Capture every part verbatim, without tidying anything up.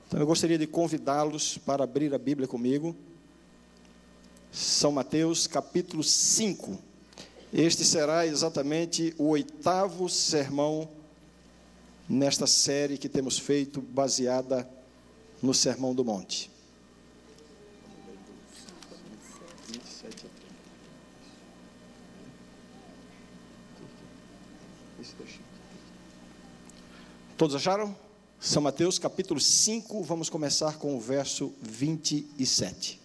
Então eu gostaria de convidá-los para abrir a Bíblia comigo. São Mateus capítulo cinco. Este será exatamente o oitavo sermão nesta série que temos feito, baseada no Sermão do Monte. Todos acharam? São Mateus capítulo cinco, vamos começar com o verso vinte e sete.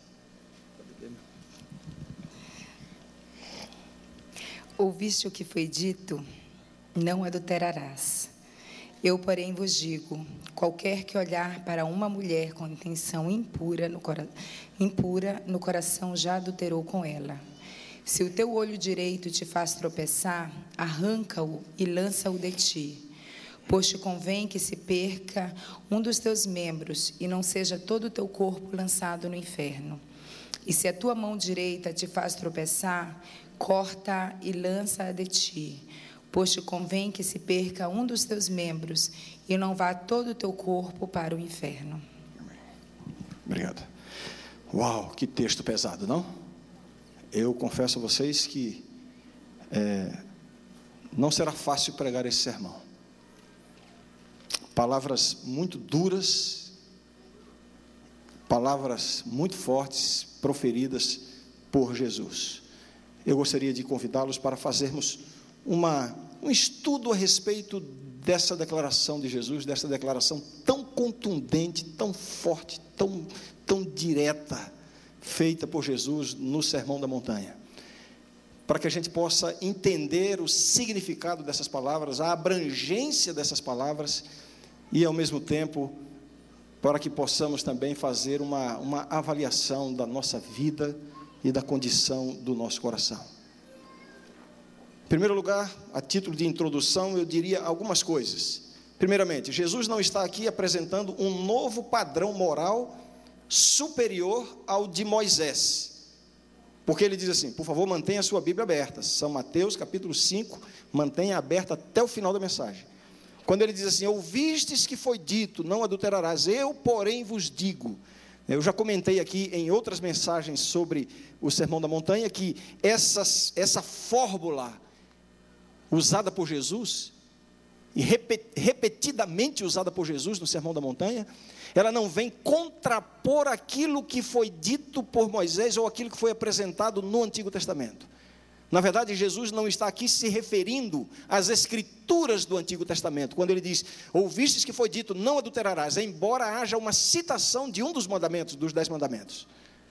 Ouviste o que foi dito? Não adulterarás. Eu, porém, vos digo, qualquer que olhar para uma mulher com intenção impura no, cora... impura no coração já adulterou com ela. Se o teu olho direito te faz tropeçar, arranca-o e lança-o de ti. Pois te convém que se perca um dos teus membros e não seja todo o teu corpo lançado no inferno. E se a tua mão direita te faz tropeçar, corta e lança-a de ti. Pois te convém que se perca um dos teus membros e não vá todo o teu corpo para o inferno. Obrigado. Uau, que texto pesado, não? Eu confesso a vocês que é, não será fácil pregar esse sermão. Palavras muito duras, palavras muito fortes, proferidas por Jesus. Eu gostaria de convidá-los para fazermos uma, um estudo a respeito dessa declaração de Jesus, dessa declaração tão contundente, tão forte, tão, tão direta, feita por Jesus no Sermão da Montanha. Para que a gente possa entender o significado dessas palavras, a abrangência dessas palavras, e, ao mesmo tempo, para que possamos também fazer uma, uma avaliação da nossa vida e da condição do nosso coração. Em primeiro lugar, a título de introdução, eu diria algumas coisas. Primeiramente, Jesus não está aqui apresentando um novo padrão moral superior ao de Moisés. Porque ele diz assim, por favor, mantenha a sua Bíblia aberta. São Mateus capítulo cinco, mantenha aberta até o final da mensagem. Quando ele diz assim, ouvistes que foi dito, não adulterarás, eu, porém, vos digo. Eu já comentei aqui em outras mensagens sobre o Sermão da Montanha, que essas, essa fórmula usada por Jesus, e repetidamente usada por Jesus no Sermão da Montanha, ela não vem contrapor aquilo que foi dito por Moisés, ou aquilo que foi apresentado no Antigo Testamento. Na verdade, Jesus não está aqui se referindo às escrituras do Antigo Testamento, quando ele diz, ouvistes que foi dito, não adulterarás, embora haja uma citação de um dos mandamentos, dos dez mandamentos.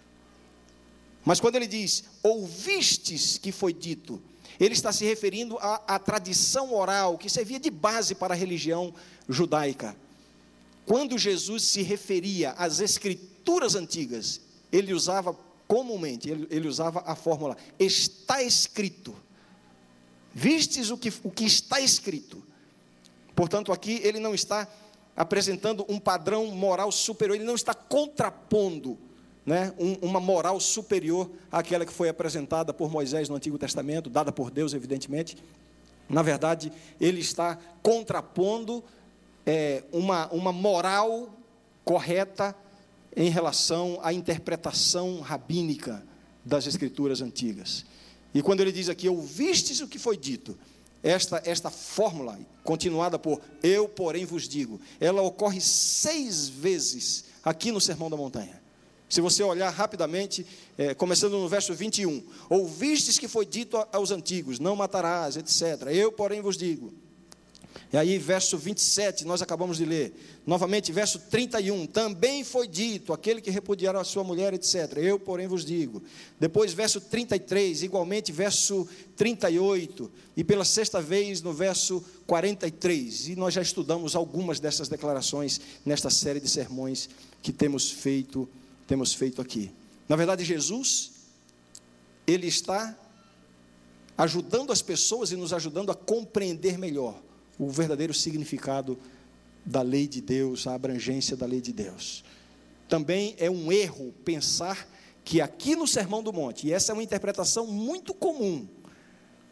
Mas quando ele diz, ouvistes que foi dito, ele está se referindo à, à tradição oral, que servia de base para a religião judaica. Quando Jesus se referia às escrituras antigas, ele usava comumente, ele, ele usava a fórmula, está escrito. Vistes o que, o que está escrito. Portanto, aqui ele não está apresentando um padrão moral superior, ele não está contrapondo, né, um, uma moral superior àquela que foi apresentada por Moisés no Antigo Testamento, dada por Deus, evidentemente. Na verdade, ele está contrapondo é, uma, uma moral correta em relação à interpretação rabínica das Escrituras antigas. E quando ele diz aqui, ouvistes o que foi dito, esta, esta fórmula, continuada por, eu porém vos digo, ela ocorre seis vezes aqui no Sermão da Montanha. Se você olhar rapidamente, é, começando no verso vinte e um, ouvistes que foi dito aos antigos, não matarás, etcétera. Eu porém vos digo. E aí, verso vinte e sete, nós acabamos de ler. Novamente, verso trinta e um. Também foi dito, aquele que repudiar a sua mulher, etcétera. Eu, porém, vos digo. Depois, verso trinta e três. Igualmente, verso trinta e oito. E pela sexta vez, no verso quarenta e três. E nós já estudamos algumas dessas declarações nesta série de sermões que temos feito, temos feito aqui. Na verdade, Jesus, Ele está ajudando as pessoas e nos ajudando a compreender melhor o verdadeiro significado da lei de Deus, a abrangência da lei de Deus. Também é um erro pensar que aqui no Sermão do Monte, e essa é uma interpretação muito comum,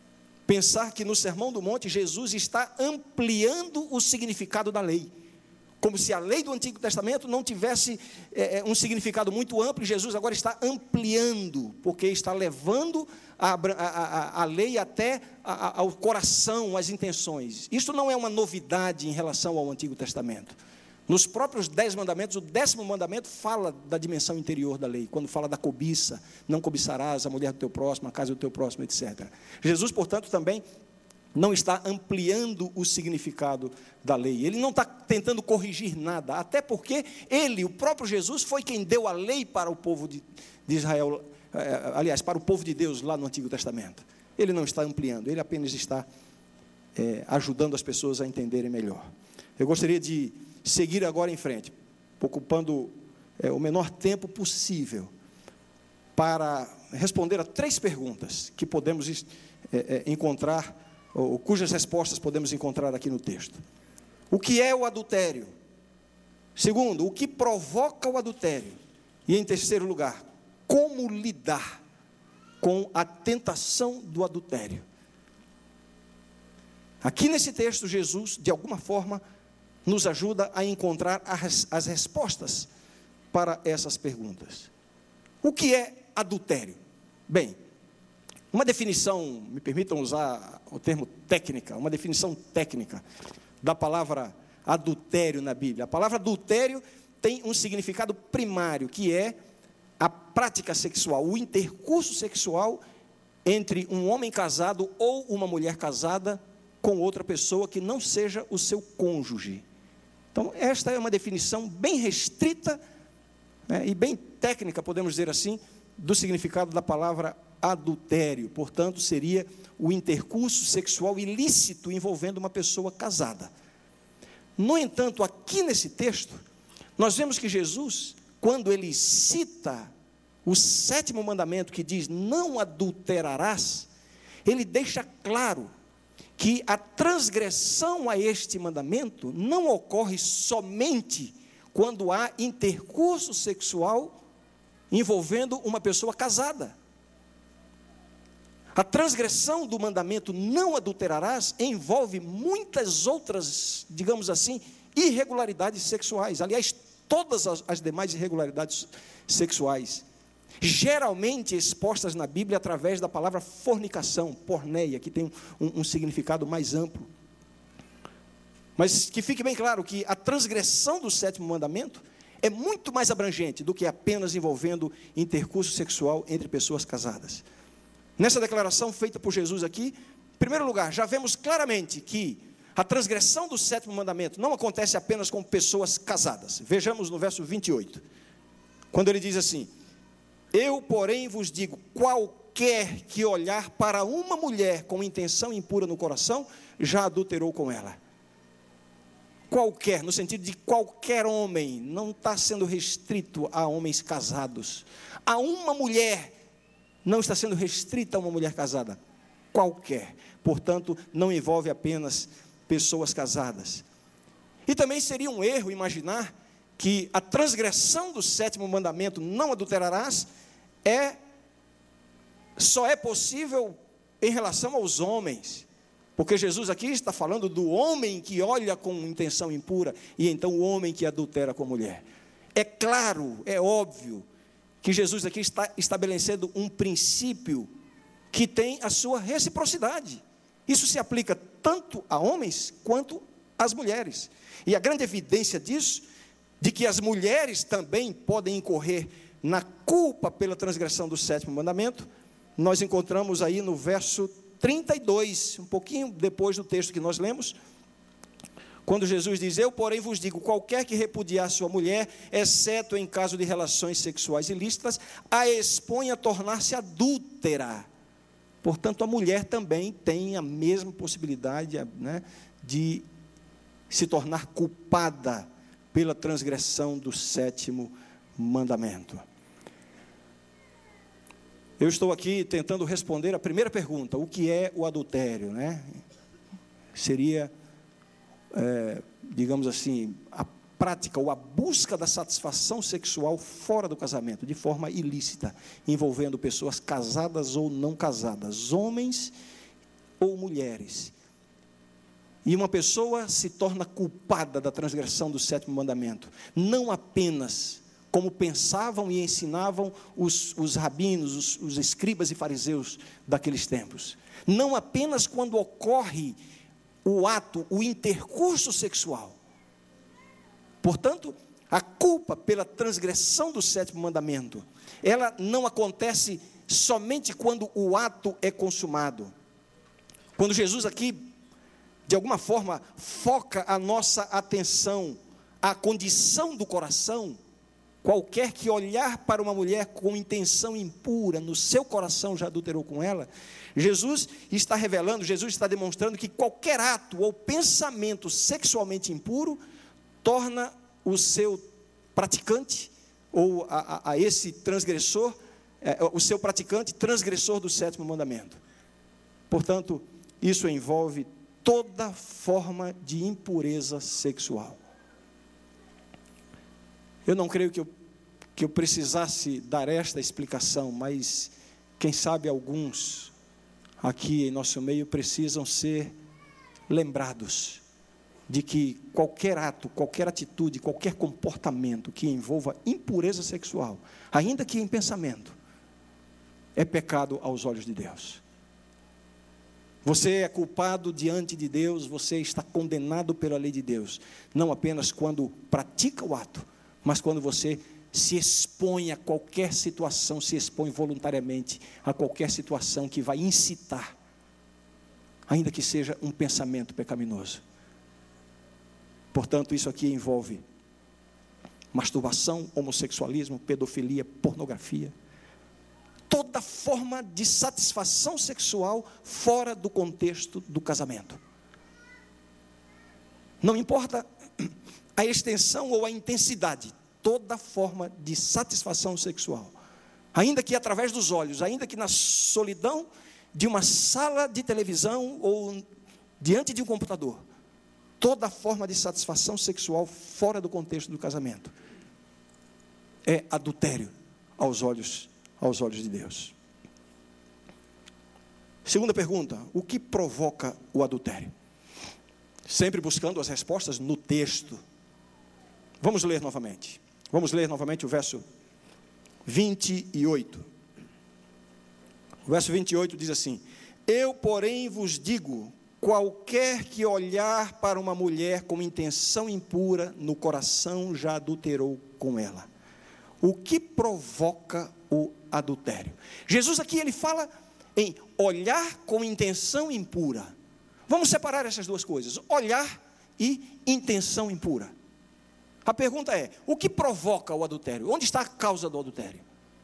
pensar que no Sermão do Monte Jesus está ampliando o significado da lei, Como se a lei do Antigo Testamento não tivesse é, um significado muito amplo, e Jesus agora está ampliando, porque está levando a, a, a, a lei até a, ao coração, às intenções. Isso não é uma novidade em relação ao Antigo Testamento. Nos próprios dez mandamentos, o décimo mandamento fala da dimensão interior da lei, quando fala da cobiça, não cobiçarás a mulher do teu próximo, a casa do teu próximo, etcétera. Jesus, portanto, também não está ampliando o significado da lei. Ele não está tentando corrigir nada, até porque ele, o próprio Jesus, foi quem deu a lei para o povo de, de Israel, eh, aliás, para o povo de Deus lá no Antigo Testamento. Ele não está ampliando, ele apenas está eh, ajudando as pessoas a entenderem melhor. Eu gostaria de seguir agora em frente, ocupando eh, o menor tempo possível, para responder a três perguntas que podemos eh, eh, encontrar, ou cujas respostas podemos encontrar aqui no texto. O que é o adultério? Segundo, o que provoca o adultério? E em terceiro lugar, como lidar com a tentação do adultério? Aqui nesse texto, Jesus, de alguma forma, nos ajuda a encontrar as, as respostas para essas perguntas. O que é adultério? Bem, uma definição, me permitam usar o termo técnica, uma definição técnica da palavra adultério na Bíblia. A palavra adultério tem um significado primário, que é a prática sexual, o intercurso sexual entre um homem casado ou uma mulher casada com outra pessoa que não seja o seu cônjuge. Então, esta é uma definição bem restrita, né, e bem técnica, podemos dizer assim, do significado da palavra adultério. Portanto, seria o intercurso sexual ilícito envolvendo uma pessoa casada. No entanto, aqui nesse texto, nós vemos que Jesus, quando ele cita o sétimo mandamento que diz, não adulterarás, ele deixa claro que a transgressão a este mandamento não ocorre somente quando há intercurso sexual envolvendo uma pessoa casada. A transgressão do mandamento não adulterarás envolve muitas outras, digamos assim, irregularidades sexuais. Aliás, todas as, as demais irregularidades sexuais, geralmente expostas na Bíblia através da palavra fornicação, porneia, que tem um, um significado mais amplo. Mas que fique bem claro que a transgressão do sétimo mandamento é muito mais abrangente do que apenas envolvendo intercurso sexual entre pessoas casadas. Nessa declaração feita por Jesus aqui, em primeiro lugar, já vemos claramente que a transgressão do sétimo mandamento não acontece apenas com pessoas casadas. Vejamos no verso vinte e oito, quando ele diz assim, eu, porém, vos digo, qualquer que olhar para uma mulher com intenção impura no coração, já adulterou com ela. Qualquer, no sentido de qualquer homem, não está sendo restrito a homens casados. A uma mulher, não está sendo restrita a uma mulher casada. Qualquer. Portanto, não envolve apenas pessoas casadas. E também seria um erro imaginar que a transgressão do sétimo mandamento, não adulterarás, é, só é possível em relação aos homens. Porque Jesus aqui está falando do homem que olha com intenção impura, e então o homem que adultera com a mulher. É claro, é óbvio, que Jesus aqui está estabelecendo um princípio que tem a sua reciprocidade. Isso se aplica tanto a homens quanto às mulheres. E a grande evidência disso, de que as mulheres também podem incorrer na culpa pela transgressão do sétimo mandamento, nós encontramos aí no verso trinta e dois, um pouquinho depois do texto que nós lemos, quando Jesus diz, eu, porém, vos digo, qualquer que repudiar sua mulher, exceto em caso de relações sexuais ilícitas, a expõe a tornar-se adúltera. Portanto, a mulher também tem a mesma possibilidade, né, de se tornar culpada pela transgressão do sétimo mandamento. Eu estou aqui tentando responder a primeira pergunta, o que é o adultério, né? Seria, é, digamos assim, a prática ou a busca da satisfação sexual fora do casamento, de forma ilícita, envolvendo pessoas casadas ou não casadas, homens ou mulheres. e uma pessoa se torna culpada da transgressão do sétimo mandamento, não apenas como pensavam e ensinavam os, os rabinos, os, os escribas e fariseus daqueles tempos, não apenas quando ocorre o ato, o intercurso sexual. Portanto, a culpa pela transgressão do sétimo mandamento, ela não acontece somente quando o ato é consumado. Quando Jesus aqui, de alguma forma, foca a nossa atenção à condição do coração, qualquer que olhar para uma mulher com intenção impura, no seu coração já adulterou com ela, Jesus está revelando, Jesus está demonstrando que qualquer ato ou pensamento sexualmente impuro torna o seu praticante, ou a, a, a esse transgressor, é, o seu praticante transgressor do sétimo mandamento. Portanto, isso envolve toda forma de impureza sexual. Eu não creio que eu, que eu precisasse dar esta explicação, mas quem sabe alguns aqui em nosso meio precisam ser lembrados de que qualquer ato, qualquer atitude, qualquer comportamento que envolva impureza sexual, ainda que em pensamento, é pecado aos olhos de Deus. Você é culpado diante de Deus, você está condenado pela lei de Deus, não apenas quando pratica o ato, mas quando você se expõe a qualquer situação, se expõe voluntariamente a qualquer situação que vai incitar, ainda que seja um pensamento pecaminoso. Portanto, isso aqui envolve masturbação, homossexualismo, pedofilia, pornografia, toda forma de satisfação sexual fora do contexto do casamento. Não importa a extensão ou a intensidade, toda forma de satisfação sexual, ainda que através dos olhos, ainda que na solidão de uma sala de televisão ou diante de um computador, toda forma de satisfação sexual fora do contexto do casamento é adultério aos olhos, aos olhos de Deus. Segunda pergunta: o que provoca o adultério? Sempre buscando as respostas no texto. Vamos ler novamente. Vamos ler novamente o verso vinte e oito. O verso vinte e oito diz assim: eu, porém, vos digo, qualquer que olhar para uma mulher com intenção impura, no coração já adulterou com ela. O que provoca o adultério? Jesus aqui ele fala em olhar com intenção impura. Vamos separar essas duas coisas, olhar e intenção impura. A pergunta é: o que provoca o adultério? Onde está a causa do adultério?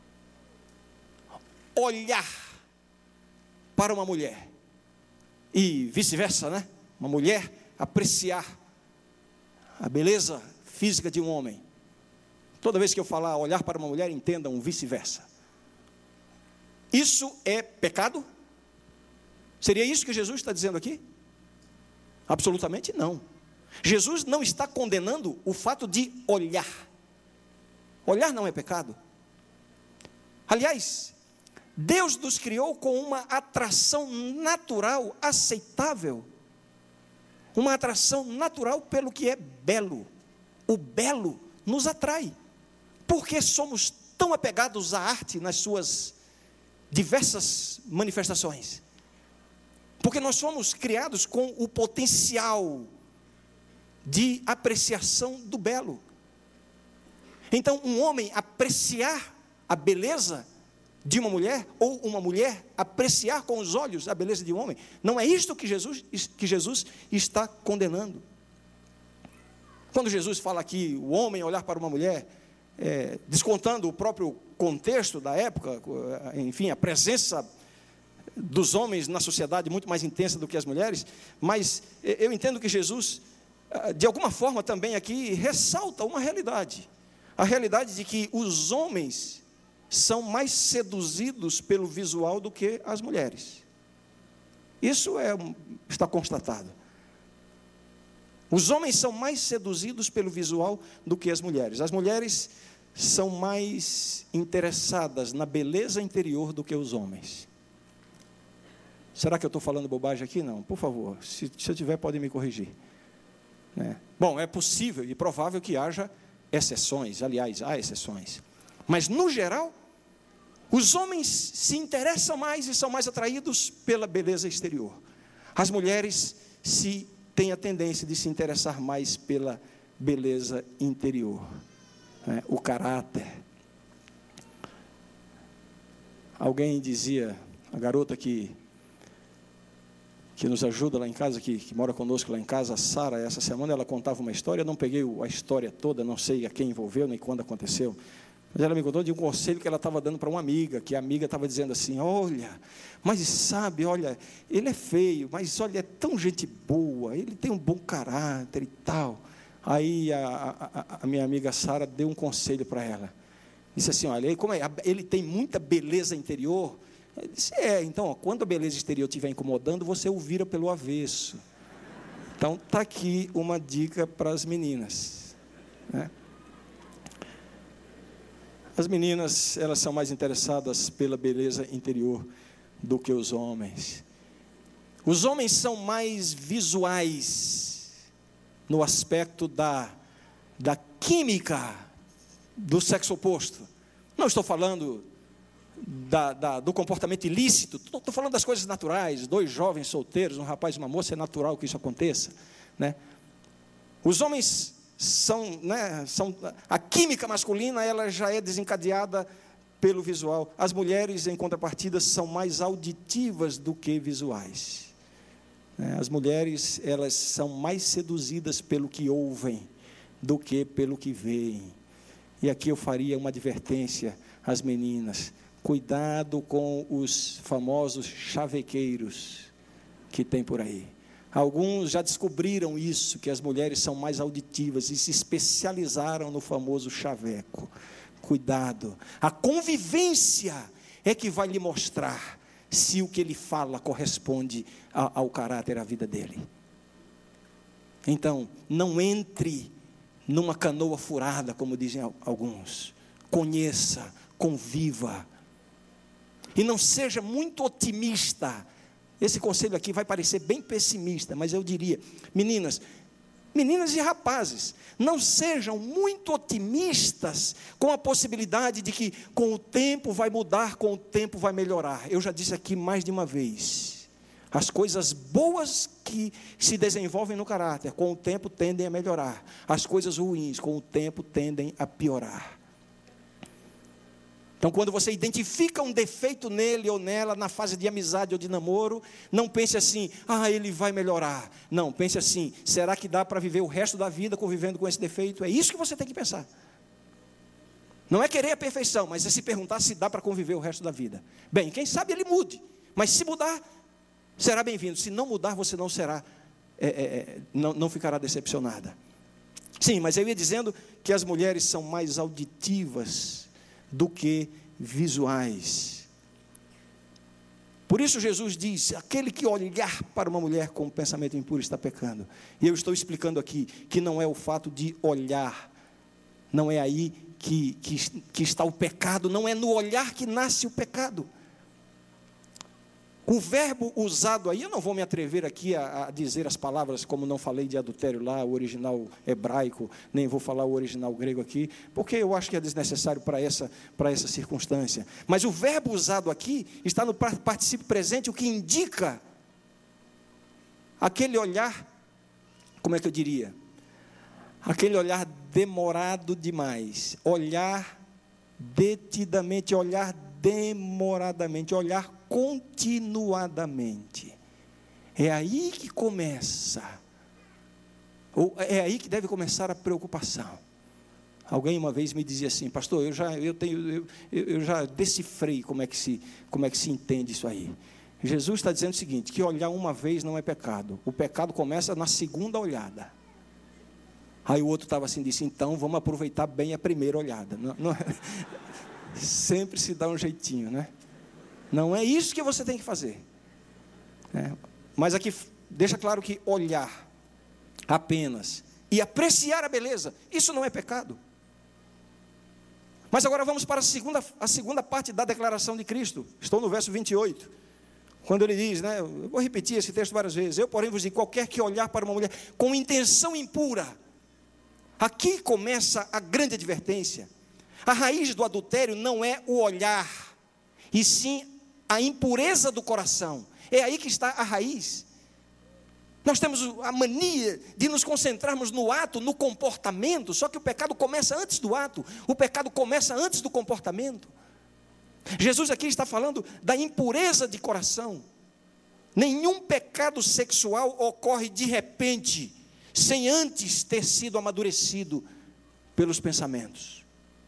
Olhar para uma mulher e vice-versa, né? Uma mulher apreciar a beleza física de um homem. Toda vez que eu falar olhar para uma mulher, entendam vice-versa. Isso é pecado? Seria isso que Jesus está dizendo aqui? Absolutamente não. Jesus não está condenando o fato de olhar. Olhar não é pecado. Aliás, Deus nos criou com uma atração natural, aceitável. Uma atração natural pelo que é belo. O belo nos atrai. Porque somos tão apegados à arte nas suas diversas manifestações. Porque nós somos criados com o potencial de apreciação do belo. Então, um homem apreciar a beleza de uma mulher, ou uma mulher apreciar com os olhos a beleza de um homem, não é isto que Jesus, que Jesus está condenando. Quando Jesus fala aqui, o homem olhar para uma mulher, é, descontando o próprio contexto da época, enfim, a presença dos homens na sociedade muito mais intensa do que as mulheres, mas eu entendo que Jesus, de alguma forma também aqui, ressalta uma realidade, a realidade de que os homens são mais seduzidos pelo visual do que as mulheres. Isso é, está constatado. Os homens são mais seduzidos pelo visual do que as mulheres. As mulheres são mais interessadas na beleza interior do que os homens. Será que eu estou falando bobagem aqui? Não, por favor, se, se eu tiver, podem me corrigir. Né? Bom, é possível e provável que haja exceções, aliás, há exceções. Mas, no geral, os homens se interessam mais e são mais atraídos pela beleza exterior. As mulheres se têm a tendência de se interessar mais pela beleza interior, né? O caráter. Alguém dizia, a garota que, que nos ajuda lá em casa, que, que mora conosco lá em casa, a Sara, essa semana ela contava uma história, eu não peguei a história toda, não sei a quem envolveu, nem quando aconteceu, mas ela me contou de um conselho que ela estava dando para uma amiga, que a amiga estava dizendo assim, olha, mas sabe, olha, ele é feio, mas olha, é tão gente boa, ele tem um bom caráter e tal. Aí a, a, a minha amiga Sara deu um conselho para ela, disse assim, olha, como é, ele tem muita beleza interior. Ele disse, é, então, ó, quando a beleza exterior estiver incomodando, você o vira pelo avesso. Então, está aqui uma dica para as meninas, né? As meninas, elas são mais interessadas pela beleza interior do que os homens. Os homens são mais visuais no aspecto da, da química do sexo oposto. Não estou falando da, da, do comportamento ilícito, estou falando das coisas naturais. Dois jovens solteiros, um rapaz e uma moça, é natural que isso aconteça, né? Os homens são, né, são, a química masculina ela já é desencadeada pelo visual. As mulheres, em contrapartida, são mais auditivas do que visuais. As mulheres, elas são mais seduzidas pelo que ouvem do que pelo que veem. E aqui eu faria uma advertência às meninas: cuidado com os famosos chavequeiros que tem por aí. Alguns já descobriram isso, que as mulheres são mais auditivas e se especializaram no famoso chaveco. Cuidado, a convivência é que vai lhe mostrar se o que ele fala corresponde ao, ao caráter, à vida dele. Então, não entre numa canoa furada, como dizem alguns. Conheça, conviva. E não seja muito otimista. Esse conselho aqui vai parecer bem pessimista, mas eu diria, meninas, meninas e rapazes, não sejam muito otimistas com a possibilidade de que com o tempo vai mudar, com o tempo vai melhorar. Eu já disse aqui mais de uma vez, as coisas boas que se desenvolvem no caráter, com o tempo tendem a melhorar. As coisas ruins, com o tempo tendem a piorar. Então, quando você identifica um defeito nele ou nela, na fase de amizade ou de namoro, não pense assim, ah, ele vai melhorar. Não, pense assim, será que dá para viver o resto da vida convivendo com esse defeito? É isso que você tem que pensar. Não é querer a perfeição, mas é se perguntar se dá para conviver o resto da vida. Bem, quem sabe ele mude, mas se mudar, será bem-vindo. Se não mudar, você não será, é, é, não, não ficará decepcionada. Sim, mas eu ia dizendo que as mulheres são mais auditivas do que visuais. Por isso Jesus diz, aquele que olhar para uma mulher com um pensamento impuro está pecando. E eu estou explicando aqui que não é o fato de olhar, não é aí que, que, que está o pecado, não é no olhar que nasce o pecado. O verbo usado aí, eu não vou me atrever aqui a, a dizer as palavras, como não falei de adultério lá, o original hebraico, nem vou falar o original grego aqui, porque eu acho que é desnecessário para essa, para essa circunstância. Mas o verbo usado aqui está no particípio presente, o que indica aquele olhar, como é que eu diria? Aquele olhar demorado demais, olhar detidamente, olhar demoradamente, olhar continuadamente. É aí que começa, ou é aí que deve começar a preocupação. Alguém uma vez me dizia assim, pastor, eu já, eu tenho, eu, eu já decifrei como é, que se, como é que se entende isso aí. Jesus está dizendo o seguinte, que olhar uma vez não é pecado. O pecado começa na segunda olhada. Aí o outro estava assim, disse, então vamos aproveitar bem a primeira olhada. Não, não, sempre se dá um jeitinho, né? Não é isso que você tem que fazer. É, mas aqui deixa claro que olhar apenas e apreciar a beleza, isso não é pecado. Mas agora vamos para a segunda, a segunda parte da declaração de Cristo. Estou no verso vinte e oito. Quando ele diz, né, eu vou repetir esse texto várias vezes, eu porém vos digo, qualquer que olhar para uma mulher com intenção impura, aqui começa a grande advertência. A raiz do adultério não é o olhar, e sim a impureza do coração. É aí que está a raiz. Nós temos a mania de nos concentrarmos no ato, no comportamento, só que o pecado começa antes do ato, o pecado começa antes do comportamento. Jesus aqui está falando da impureza de coração. Nenhum pecado sexual ocorre de repente, sem antes ter sido amadurecido pelos pensamentos.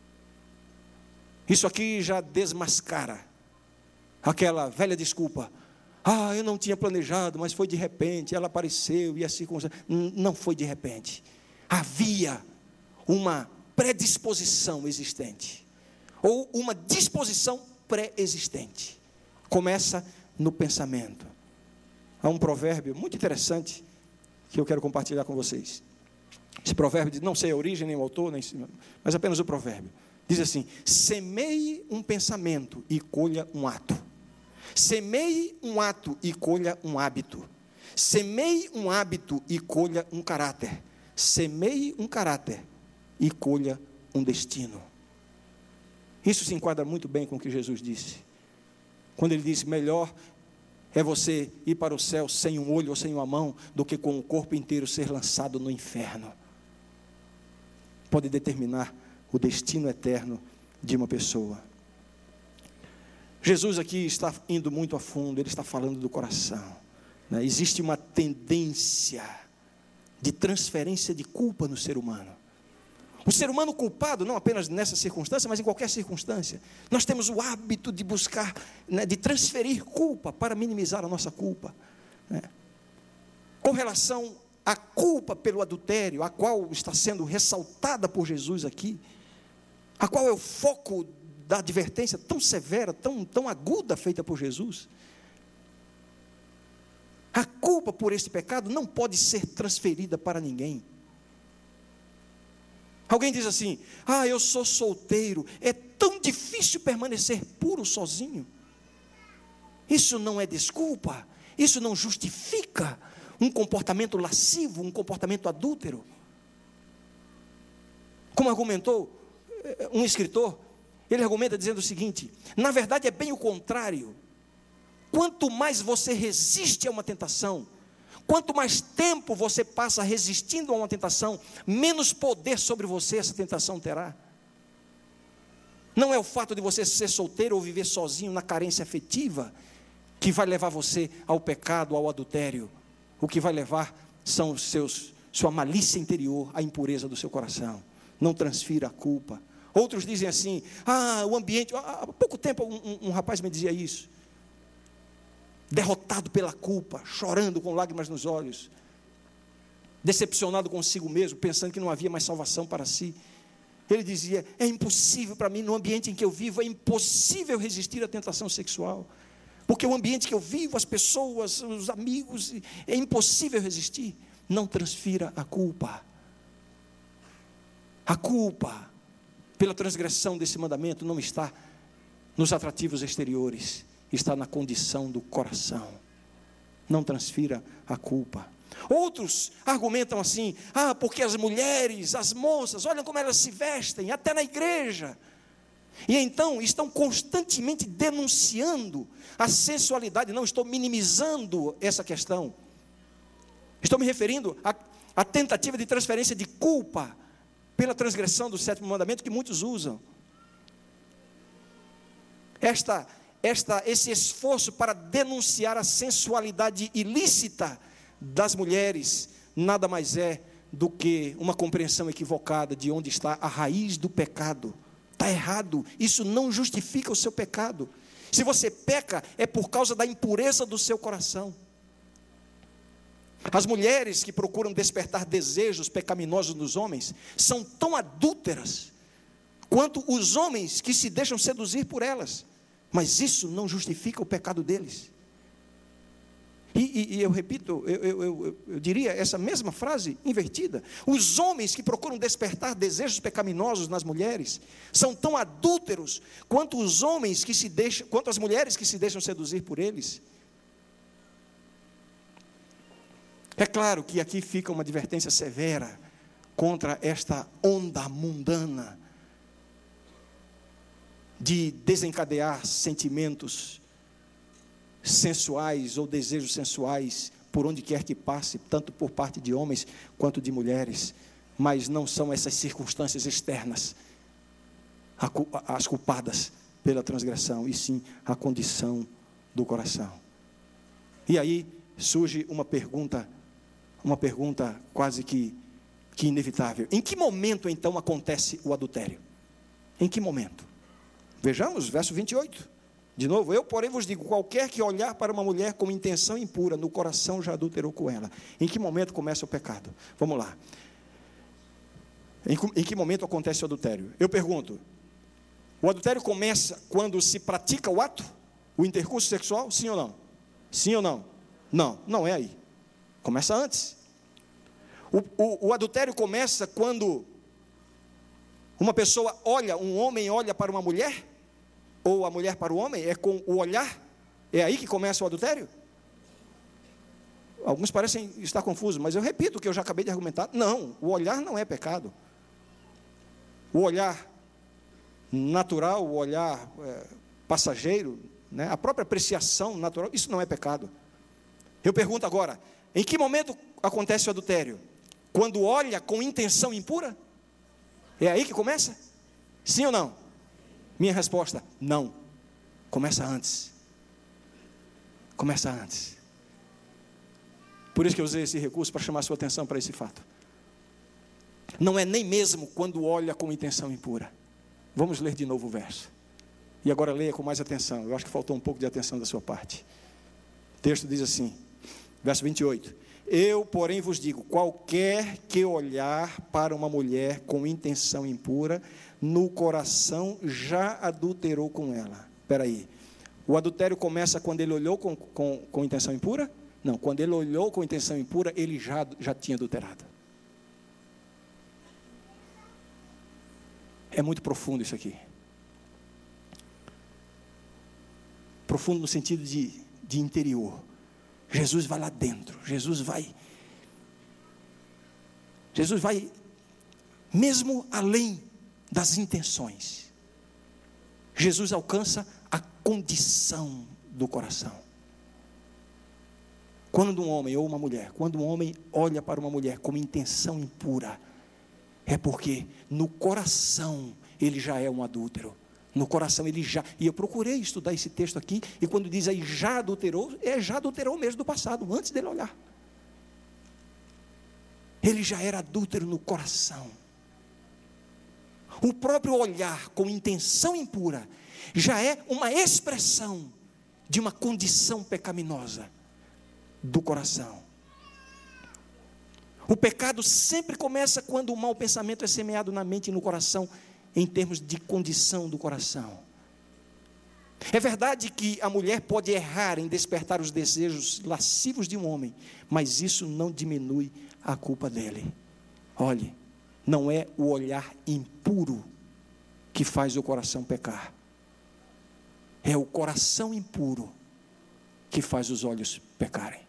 Isso aqui já desmascara aquela velha desculpa. Ah, eu não tinha planejado, mas foi de repente, ela apareceu e a circunstância. Não foi de repente. Havia uma predisposição existente, ou uma disposição pré-existente. Começa no pensamento. Há um provérbio muito interessante que eu quero compartilhar com vocês. Esse provérbio, não sei a origem, nem o autor, nem, mas apenas o provérbio. Diz assim: semeie um pensamento e colha um ato. Semeie um ato e colha um hábito. Semeie um hábito e colha um caráter. Semeie um caráter e colha um destino. Isso se enquadra muito bem com o que Jesus disse. Quando ele disse, melhor é você ir para o céu sem um olho ou sem uma mão, do que com o corpo inteiro ser lançado no inferno. Pode determinar o destino eterno de uma pessoa. Jesus aqui está indo muito a fundo, ele está falando do coração, né? Existe uma tendência de transferência de culpa no ser humano. O ser humano culpado, não apenas nessa circunstância, mas em qualquer circunstância, nós temos o hábito de buscar, né, de transferir culpa para minimizar a nossa culpa, né? Com relação à culpa pelo adultério, a qual está sendo ressaltada por Jesus aqui, a qual é o foco da advertência tão severa, tão, tão aguda feita por Jesus. A culpa por este pecado não pode ser transferida para ninguém. Alguém diz assim, ah, eu sou solteiro, é tão difícil permanecer puro sozinho. Isso não é desculpa, isso não justifica um comportamento lascivo, um comportamento adúltero. Como argumentou um escritor, ele argumenta dizendo o seguinte, na verdade é bem o contrário. Quanto mais você resiste a uma tentação, quanto mais tempo você passa resistindo a uma tentação, menos poder sobre você essa tentação terá. Não é o fato de você ser solteiro ou viver sozinho na carência afetiva que vai levar você ao pecado, ao adultério. O que vai levar são os seus, sua malícia interior, a impureza do seu coração. Não transfira a culpa. Outros dizem assim, ah, o ambiente... Há pouco tempo um, um, um rapaz me dizia isso. Derrotado pela culpa, chorando com lágrimas nos olhos, decepcionado consigo mesmo, pensando que não havia mais salvação para si. Ele dizia, é impossível para mim, no ambiente em que eu vivo, é impossível resistir à tentação sexual, porque o ambiente que eu vivo, as pessoas, os amigos, é impossível resistir. Não transfira a culpa. A culpa pela transgressão desse mandamento não está nos atrativos exteriores, está na condição do coração. Não transfira a culpa. Outros argumentam assim, ah, porque as mulheres, as moças, olham como elas se vestem, até na igreja, e então estão constantemente denunciando a sensualidade. Não estou minimizando essa questão, estou me referindo à, à tentativa de transferência de culpa pela transgressão do sétimo mandamento que muitos usam. Esta Esta, esse esforço para denunciar a sensualidade ilícita das mulheres, nada mais é do que uma compreensão equivocada de onde está a raiz do pecado. Está errado, isso não justifica o seu pecado. Se você peca, é por causa da impureza do seu coração. As mulheres que procuram despertar desejos pecaminosos nos homens, são tão adúlteras, quanto os homens que se deixam seduzir por elas. Mas isso não justifica o pecado deles. E, e, e eu repito, eu, eu, eu, eu diria essa mesma frase invertida. Os homens que procuram despertar desejos pecaminosos nas mulheres são tão adúlteros quanto os homens que se deixam, quanto as mulheres que se deixam seduzir por eles. É claro que aqui fica uma advertência severa contra esta onda mundana de desencadear sentimentos sensuais ou desejos sensuais por onde quer que passe, tanto por parte de homens quanto de mulheres, mas não são essas circunstâncias externas as culpadas pela transgressão, e sim a condição do coração. E aí surge uma pergunta, uma pergunta quase que, que inevitável. Em que momento então acontece o adultério? Em que momento? Vejamos, verso vinte e oito. De novo, eu porém vos digo, qualquer que olhar para uma mulher com intenção impura, no coração já adulterou com ela. Em que momento começa o pecado? Vamos lá. Em, em que momento acontece o adultério? Eu pergunto, o adultério começa quando se pratica o ato? O intercurso sexual? Sim ou não? Sim ou não? Não, não é aí. Começa antes. O, o, o adultério começa quando uma pessoa olha, um homem olha para uma mulher, ou a mulher para o homem, é com o olhar? É aí que começa o adultério? Alguns parecem estar confusos, mas eu repito o que eu já acabei de argumentar. Não, o olhar não é pecado. O olhar natural, o olhar é, passageiro, né, a própria apreciação natural, isso não é pecado. Eu pergunto agora, em que momento acontece o adultério? Quando olha com intenção impura? É aí que começa? Sim ou não? Minha resposta, não. Começa antes. Começa antes. Por isso que eu usei esse recurso para chamar a sua atenção para esse fato. Não é nem mesmo quando olha com intenção impura. Vamos ler de novo o verso. E agora leia com mais atenção. Eu acho que faltou um pouco de atenção da sua parte. O texto diz assim, verso vinte e oito. Eu, porém, vos digo, qualquer que olhar para uma mulher com intenção impura, no coração já adulterou com ela. Espera aí. O adultério começa quando ele olhou com, com, com intenção impura? Não, quando ele olhou com intenção impura, ele já, já tinha adulterado. É muito profundo isso aqui. Profundo no sentido de, de interior. Jesus vai lá dentro. Jesus vai... Jesus vai mesmo além das intenções. Jesus alcança a condição do coração. Quando um homem ou uma mulher, quando um homem olha para uma mulher com intenção impura, é porque no coração ele já é um adúltero. No coração ele já... E eu procurei estudar esse texto aqui, e quando diz aí já adulterou, é já adulterou mesmo do passado, antes dele olhar. Ele já era adúltero no coração. O próprio olhar com intenção impura já é uma expressão de uma condição pecaminosa do coração. O pecado sempre começa quando o mau pensamento é semeado na mente e no coração, em termos de condição do coração. É verdade que a mulher pode errar em despertar os desejos lascivos de um homem, mas isso não diminui a culpa dele. Olhe, não é o olhar impuro que faz o coração pecar. É o coração impuro que faz os olhos pecarem.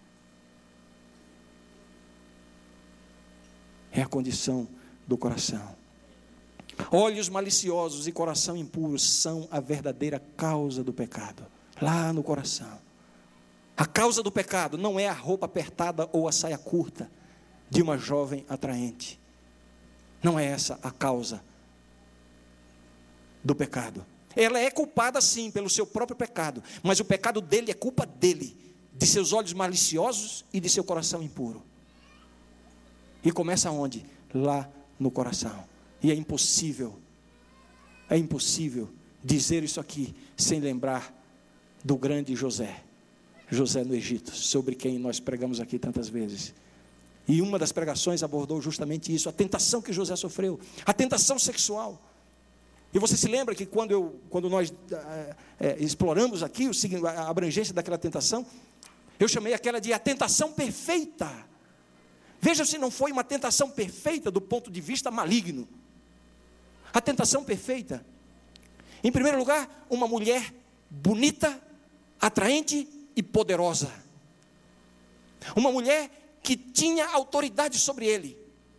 É a condição do coração. Olhos maliciosos e coração impuro são a verdadeira causa do pecado, lá no coração. A causa do pecado não é a roupa apertada ou a saia curta de uma jovem atraente. Não é essa a causa do pecado. Ela é culpada sim pelo seu próprio pecado, mas o pecado dele é culpa dele, de seus olhos maliciosos e de seu coração impuro. E começa onde? Lá no coração. E é impossível, é impossível dizer isso aqui sem lembrar do grande José, José no Egito, sobre quem nós pregamos aqui tantas vezes. E uma das pregações abordou justamente isso, a tentação que José sofreu, a tentação sexual. E você se lembra que quando, eu, quando nós é, é, exploramos aqui o, a abrangência daquela tentação, eu chamei aquela de a tentação perfeita. Veja se não foi uma tentação perfeita do ponto de vista maligno. A tentação perfeita. Em primeiro lugar, uma mulher bonita, atraente e poderosa. Uma mulher que tinha autoridade sobre ele.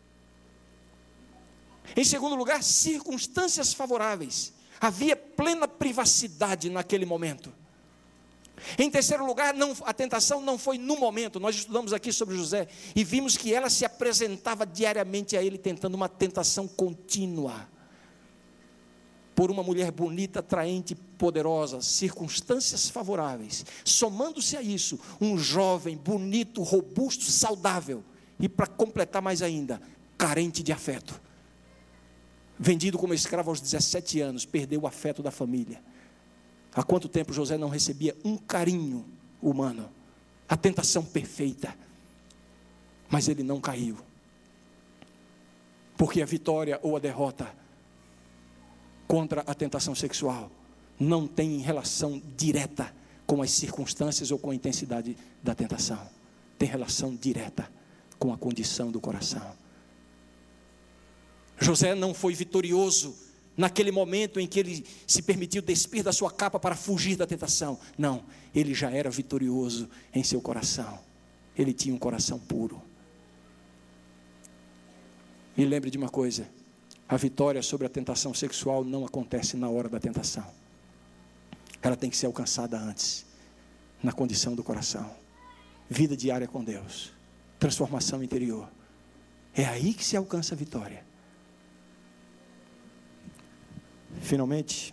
Em segundo lugar, circunstâncias favoráveis. Havia plena privacidade naquele momento. Em terceiro lugar, não, a tentação não foi no momento. Nós estudamos aqui sobre José e vimos que ela se apresentava diariamente a ele, tentando uma tentação contínua. Por uma mulher bonita, atraente, poderosa, circunstâncias favoráveis. Somando-se a isso, um jovem, bonito, robusto, saudável. E para completar mais ainda, carente de afeto. Vendido como escravo aos dezessete anos, perdeu o afeto da família. Há quanto tempo José não recebia um carinho humano? A tentação perfeita. Mas ele não caiu. Porque a vitória ou a derrota contra a tentação sexual não tem relação direta com as circunstâncias ou com a intensidade da tentação. Tem relação direta com a condição do coração. José não foi vitorioso naquele momento em que ele se permitiu despir da sua capa para fugir da tentação. Não, ele já era vitorioso em seu coração. Ele tinha um coração puro. E lembre de uma coisa: a vitória sobre a tentação sexual não acontece na hora da tentação. Ela tem que ser alcançada antes, na condição do coração. Vida diária com Deus, transformação interior. É aí que se alcança a vitória. Finalmente,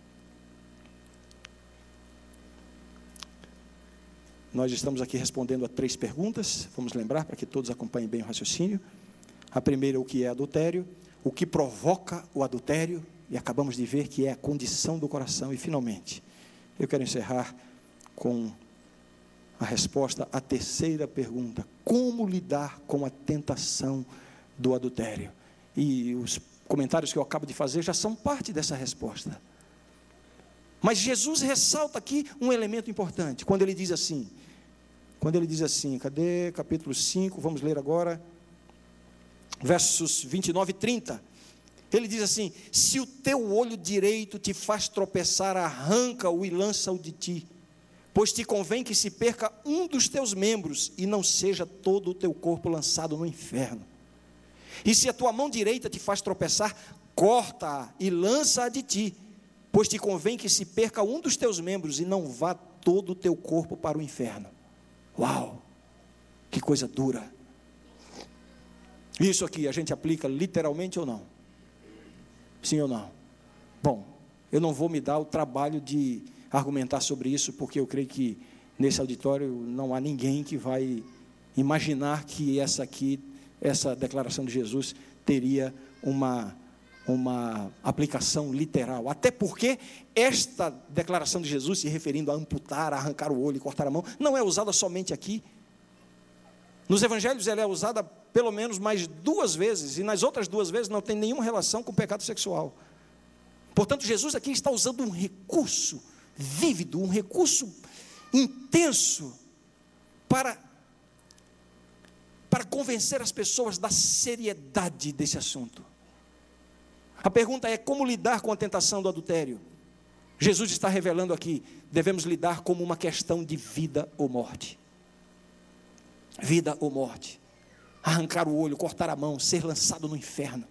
nós estamos aqui respondendo a três perguntas. Vamos lembrar para que todos acompanhem bem o raciocínio. A primeira, o que é adultério, o que provoca o adultério, e acabamos de ver que é a condição do coração. E finalmente, eu quero encerrar com a resposta à terceira pergunta: como lidar com a tentação do adultério? E os comentários que eu acabo de fazer já são parte dessa resposta. Mas Jesus ressalta aqui um elemento importante, quando ele diz assim, quando ele diz assim, cadê? Capítulo cinco, vamos ler agora, versos vinte e nove e trinta. Ele diz assim: se o teu olho direito te faz tropeçar, arranca-o e lança-o de ti, pois te convém que se perca um dos teus membros, e não seja todo o teu corpo lançado no inferno. E se a tua mão direita te faz tropeçar, corta-a e lança-a de ti, pois te convém que se perca um dos teus membros e não vá todo o teu corpo para o inferno. Uau, que coisa dura. Isso aqui a gente aplica literalmente ou não? Sim ou não? Bom, eu não vou me dar o trabalho de argumentar sobre isso, porque eu creio que nesse auditório não há ninguém que vai imaginar que essa aqui, essa declaração de Jesus teria uma, uma aplicação literal. Até porque esta declaração de Jesus, se referindo a amputar, a arrancar o olho e cortar a mão, não é usada somente aqui. Nos evangelhos ela é usada pelo menos mais duas vezes, e nas outras duas vezes não tem nenhuma relação com o pecado sexual. Portanto, Jesus aqui está usando um recurso vívido, um recurso intenso para para convencer as pessoas da seriedade desse assunto. A pergunta é: como lidar com a tentação do adultério? Jesus está revelando aqui, devemos lidar como uma questão de vida ou morte. Vida ou morte. Arrancar o olho, cortar a mão, ser lançado no inferno.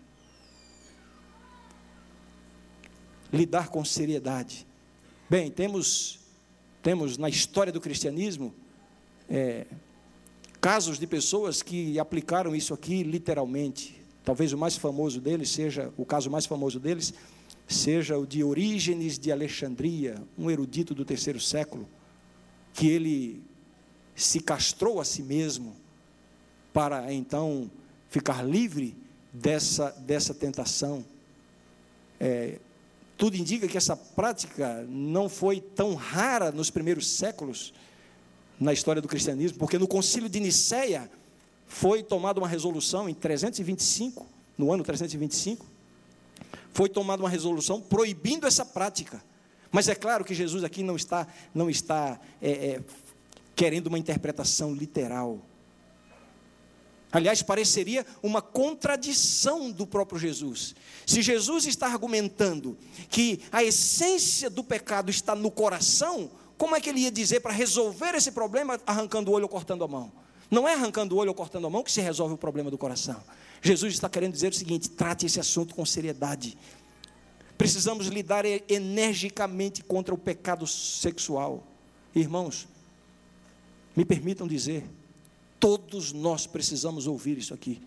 Lidar com seriedade. Bem, temos, temos na história do cristianismo, é, casos de pessoas que aplicaram isso aqui literalmente. Talvez o mais famoso deles seja, o caso mais famoso deles, seja o de Orígenes de Alexandria, um erudito do terceiro século, que ele se castrou a si mesmo para então ficar livre dessa, dessa tentação. É, tudo indica que essa prática não foi tão rara nos primeiros séculos na história do cristianismo, porque no concílio de Nicéia foi tomada uma resolução em trezentos e vinte e cinco, no ano trezentos e vinte e cinco, foi tomada uma resolução proibindo essa prática. Mas é claro que Jesus aqui não está, não está é, é, querendo uma interpretação literal. Aliás, pareceria uma contradição do próprio Jesus. Se Jesus está argumentando que a essência do pecado está no coração, como é que ele ia dizer para resolver esse problema arrancando o olho ou cortando a mão? Não é arrancando o olho ou cortando a mão que se resolve o problema do coração. Jesus está querendo dizer o seguinte: trate esse assunto com seriedade. Precisamos lidar energicamente contra o pecado sexual. Irmãos, me permitam dizer, todos nós precisamos ouvir isso aqui.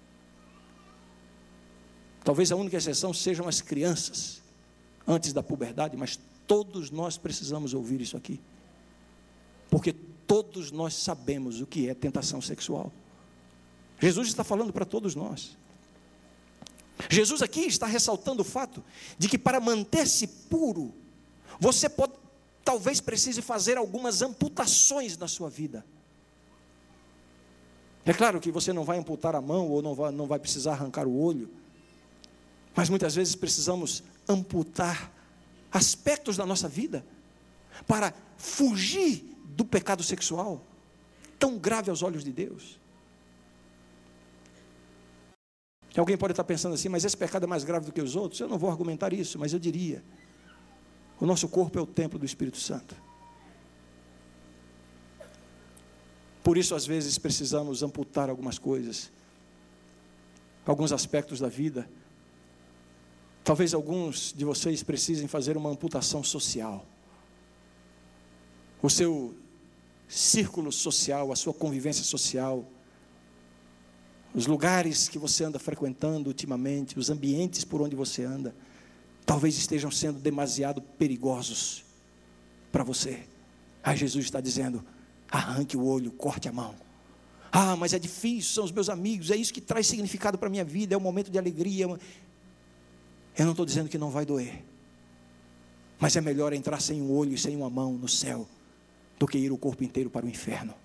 Talvez a única exceção sejam as crianças, antes da puberdade, mas todos nós precisamos ouvir isso aqui. Porque todos nós sabemos o que é tentação sexual. Jesus está falando para todos nós. Jesus aqui está ressaltando o fato de que para manter-se puro, você pode, talvez precise fazer algumas amputações na sua vida. É claro que você não vai amputar a mão ou não vai, não vai precisar arrancar o olho, mas muitas vezes precisamos amputar aspectos da nossa vida para fugir do pecado sexual, tão grave aos olhos de Deus. E alguém pode estar pensando assim, mas esse pecado é mais grave do que os outros? Eu não vou argumentar isso, mas eu diria, o nosso corpo é o templo do Espírito Santo. Por isso, às vezes, precisamos amputar algumas coisas, alguns aspectos da vida. Talvez alguns de vocês precisem fazer uma amputação social. O seu círculo social, a sua convivência social, os lugares que você anda frequentando ultimamente, os ambientes por onde você anda, talvez estejam sendo demasiado perigosos para você. Aí Jesus está dizendo: arranque o olho, corte a mão. Ah, mas é difícil, são os meus amigos, é isso que traz significado para a minha vida, é um momento de alegria. Eu não estou dizendo que não vai doer, mas é melhor entrar sem um olho e sem uma mão no céu, do que ir o corpo inteiro para o inferno.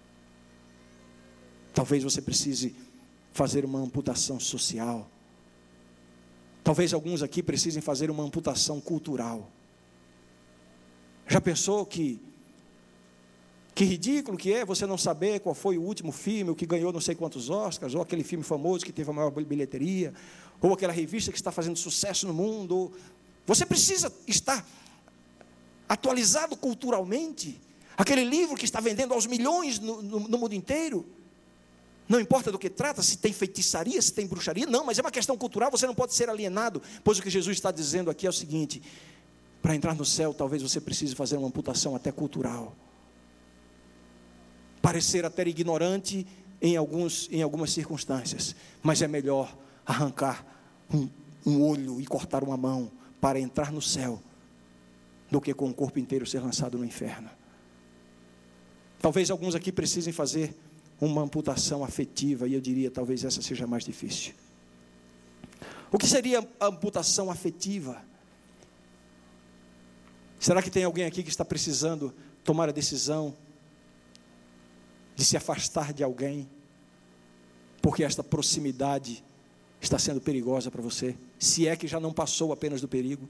Talvez você precise fazer uma amputação social. Talvez alguns aqui precisem fazer uma amputação cultural. Já pensou que que ridículo que é você não saber qual foi o último filme, o que ganhou não sei quantos Oscars, ou aquele filme famoso que teve a maior bilheteria, ou aquela revista que está fazendo sucesso no mundo. Você precisa estar atualizado culturalmente. Aquele livro que está vendendo aos milhões no, no, no mundo inteiro. Não importa do que trata, se tem feitiçaria, se tem bruxaria, não, mas é uma questão cultural, você não pode ser alienado, pois o que Jesus está dizendo aqui é o seguinte: para entrar no céu, talvez você precise fazer uma amputação até cultural. Parecer até ignorante em, alguns, em algumas circunstâncias, mas é melhor arrancar um, um olho e cortar uma mão para entrar no céu, do que com o corpo inteiro ser lançado no inferno. Talvez alguns aqui precisem fazer uma amputação afetiva, e eu diria, talvez essa seja mais difícil. O que seria a amputação afetiva? Será que tem alguém aqui que está precisando tomar a decisão de se afastar de alguém, porque esta proximidade está sendo perigosa para você, se é que já não passou apenas do perigo?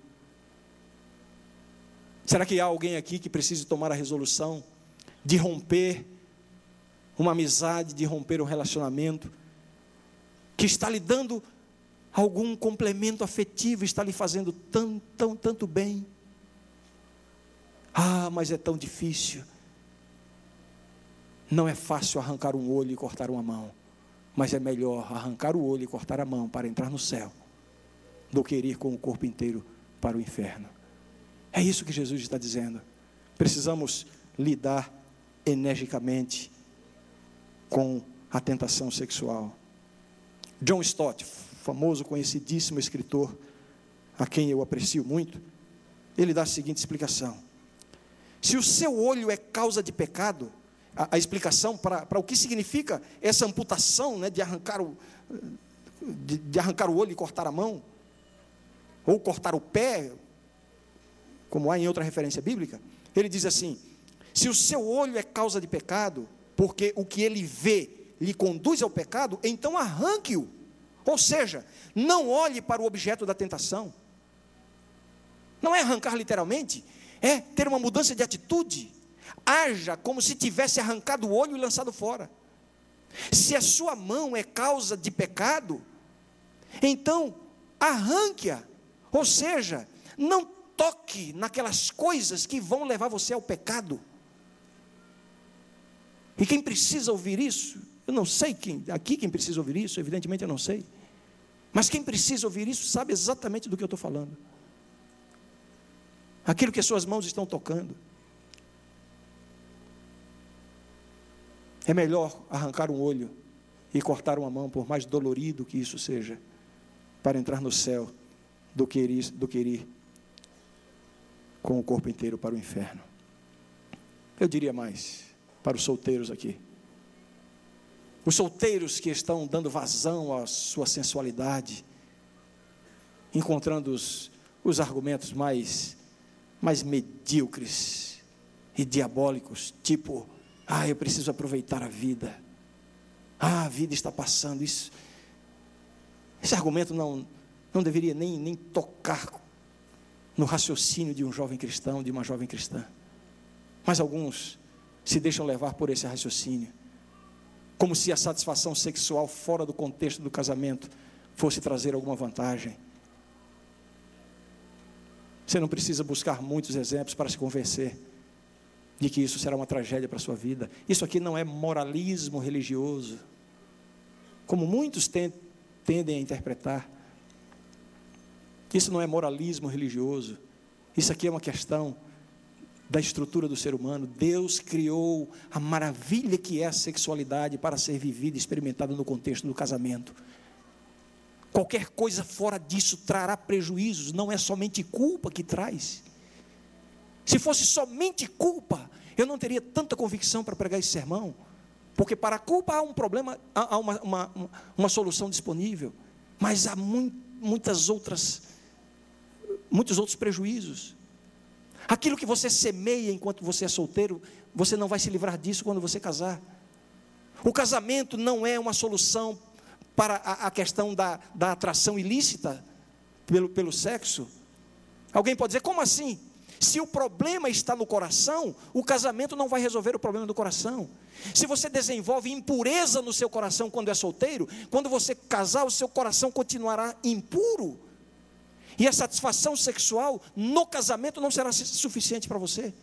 Será que há alguém aqui que precise tomar a resolução de romper uma amizade, de romper um relacionamento, que está lhe dando algum complemento afetivo, está lhe fazendo tão, tão, tanto bem? Ah, mas é tão difícil. Não é fácil arrancar um olho e cortar uma mão, mas é melhor arrancar o olho e cortar a mão para entrar no céu, do que ir com o corpo inteiro para o inferno. É isso que Jesus está dizendo. Precisamos lidar energicamente com a tentação sexual. John Stott, famoso, conhecidíssimo escritor, a quem eu aprecio muito, ele dá a seguinte explicação: se o seu olho é causa de pecado, a, a explicação para, para o que significa essa amputação, né, de, arrancar o, de, de arrancar o olho e cortar a mão, ou cortar o pé, como há em outra referência bíblica, ele diz assim: se o seu olho é causa de pecado, porque o que ele vê lhe conduz ao pecado, então arranque-o. Ou seja, não olhe para o objeto da tentação. Não é arrancar literalmente, é ter uma mudança de atitude. Haja como se tivesse arrancado o olho e lançado fora. Se a sua mão é causa de pecado, então arranque-a. Ou seja, não toque naquelas coisas que vão levar você ao pecado. E quem precisa ouvir isso, eu não sei quem, aqui quem precisa ouvir isso, evidentemente eu não sei. Mas quem precisa ouvir isso sabe exatamente do que eu estou falando. Aquilo que as suas mãos estão tocando. É melhor arrancar um olho e cortar uma mão, por mais dolorido que isso seja, para entrar no céu, do que ir, do que ir com o corpo inteiro para o inferno. Eu diria mais, para os solteiros aqui. Os solteiros que estão dando vazão à sua sensualidade, encontrando os, os argumentos mais, mais medíocres e diabólicos, tipo, ah, eu preciso aproveitar a vida. Ah, a vida está passando. Isso, esse argumento não, não deveria nem, nem tocar no raciocínio de um jovem cristão, de uma jovem cristã. Mas alguns se deixam levar por esse raciocínio, como se a satisfação sexual fora do contexto do casamento fosse trazer alguma vantagem. Você não precisa buscar muitos exemplos para se convencer de que isso será uma tragédia para a sua vida. Isso aqui não é moralismo religioso, como muitos tendem a interpretar. Isso não é moralismo religioso. Isso aqui é uma questão da estrutura do ser humano. Deus criou a maravilha que é a sexualidade para ser vivida e experimentada no contexto do casamento. Qualquer coisa fora disso trará prejuízos, não é somente culpa que traz. Se fosse somente culpa, eu não teria tanta convicção para pregar esse sermão, porque para a culpa há um problema, há uma, uma, uma solução disponível, mas há muito, muitas outras, muitos outros prejuízos. Aquilo que você semeia enquanto você é solteiro, você não vai se livrar disso quando você casar. O casamento não é uma solução para a, a questão da, da atração ilícita pelo, pelo sexo. Alguém pode dizer, como assim? Se o problema está no coração, o casamento não vai resolver o problema do coração. Se você desenvolve impureza no seu coração quando é solteiro, quando você casar, o seu coração continuará impuro. E a satisfação sexual no casamento não será suficiente para você.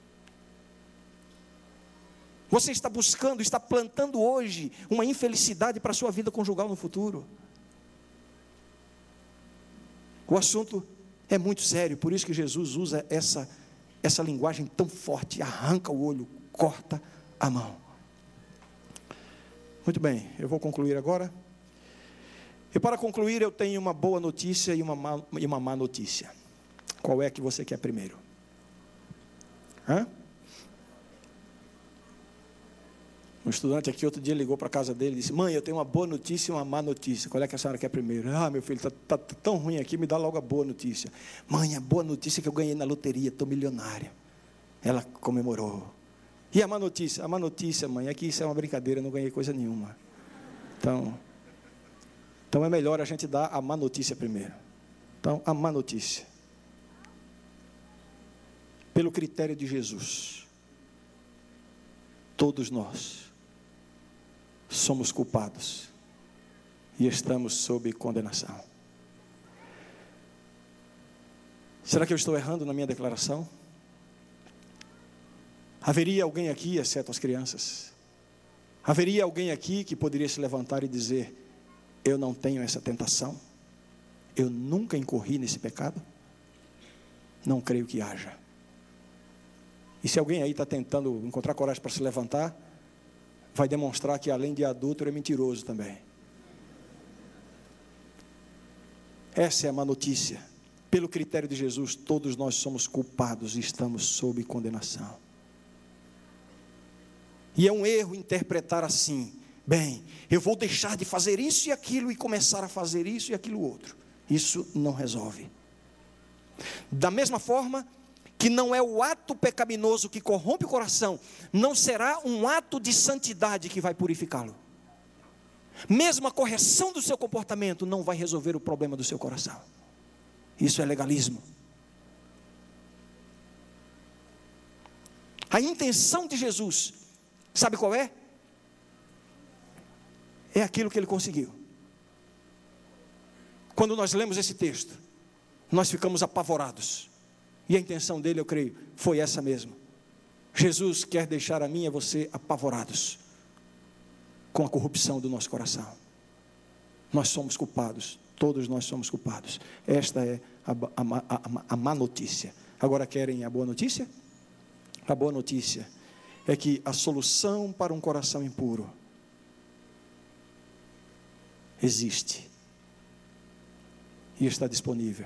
Você está buscando, está plantando hoje uma infelicidade para a sua vida conjugal no futuro. O assunto é muito sério, por isso que Jesus usa essa, essa linguagem tão forte, arranca o olho, corta a mão. Muito bem, eu vou concluir agora. E para concluir, eu tenho uma boa notícia e uma má, e uma má notícia. Qual é que você quer primeiro? Hã? Um estudante aqui outro dia ligou para a casa dele e disse, mãe, eu tenho uma boa notícia e uma má notícia. Qual é que a senhora quer primeiro? Ah, meu filho, está tá, tá tão ruim aqui, me dá logo a boa notícia. Mãe, a boa notícia é que eu ganhei na loteria, estou milionária. Ela comemorou. E a má notícia? A má notícia, mãe, é que isso é uma brincadeira, eu não ganhei coisa nenhuma. Então, então é melhor a gente dar a má notícia primeiro. Então, a má notícia. Pelo critério de Jesus, todos nós somos culpados e estamos sob condenação. Será que eu estou errando na minha declaração? Haveria alguém aqui, exceto as crianças, haveria alguém aqui que poderia se levantar e dizer, eu não tenho essa tentação, eu nunca incorri nesse pecado? Não creio que haja. E se alguém aí está tentando encontrar coragem para se levantar, vai demonstrar que além de adúltero é mentiroso também. Essa é a má notícia. Pelo critério de Jesus, todos nós somos culpados e estamos sob condenação. E é um erro interpretar assim, bem, eu vou deixar de fazer isso e aquilo e começar a fazer isso e aquilo outro. Isso não resolve. Da mesma forma que não é o ato pecaminoso que corrompe o coração, não será um ato de santidade que vai purificá-lo. Mesmo a correção do seu comportamento não vai resolver o problema do seu coração. Isso é legalismo. A intenção de Jesus, sabe qual é? É aquilo que ele conseguiu. Quando nós lemos esse texto, nós ficamos apavorados. E a intenção dele, eu creio, foi essa mesmo. Jesus quer deixar a mim e a você apavorados com a corrupção do nosso coração. Nós somos culpados, todos nós somos culpados. Esta é a, a, a, a má notícia. Agora querem a boa notícia? A boa notícia é que a solução para um coração impuro existe e está disponível.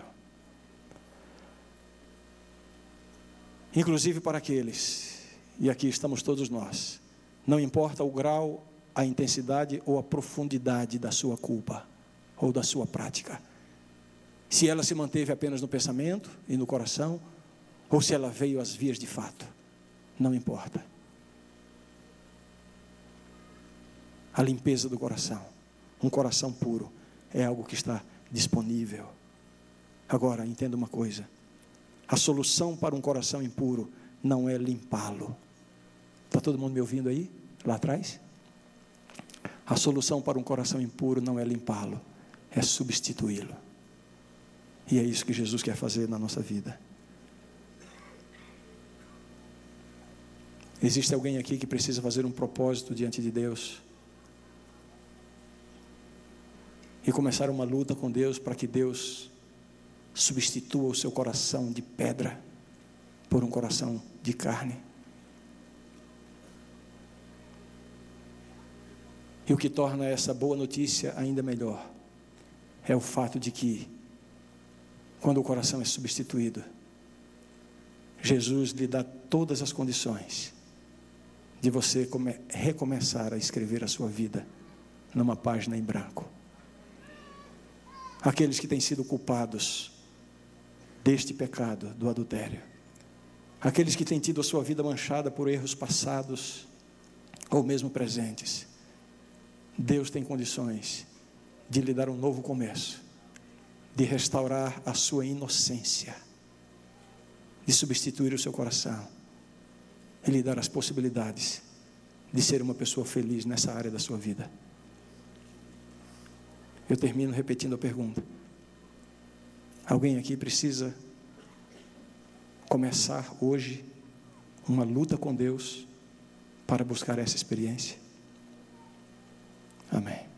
Inclusive para aqueles, e aqui estamos todos nós, não importa o grau, a intensidade ou a profundidade da sua culpa ou da sua prática, se ela se manteve apenas no pensamento e no coração, ou se ela veio às vias de fato, não importa. A limpeza do coração, um coração puro, é algo que está disponível. Agora, entenda uma coisa: a solução para um coração impuro não é limpá-lo. Está todo mundo me ouvindo aí, lá atrás? A solução para um coração impuro não é limpá-lo, é substituí-lo. E é isso que Jesus quer fazer na nossa vida. Existe alguém aqui que precisa fazer um propósito diante de Deus e começar uma luta com Deus para que Deus substitua o seu coração de pedra por um coração de carne? E o que torna essa boa notícia ainda melhor é o fato de que, quando o coração é substituído, Jesus lhe dá todas as condições de você come, recomeçar a escrever a sua vida numa página em branco. Aqueles que têm sido culpados deste pecado, do adultério, aqueles que têm tido a sua vida manchada por erros passados ou mesmo presentes, Deus tem condições de lhe dar um novo começo, de restaurar a sua inocência, de substituir o seu coração e lhe dar as possibilidades de ser uma pessoa feliz nessa área da sua vida. Eu termino repetindo a pergunta: alguém aqui precisa começar hoje uma luta com Deus para buscar essa experiência? Amém.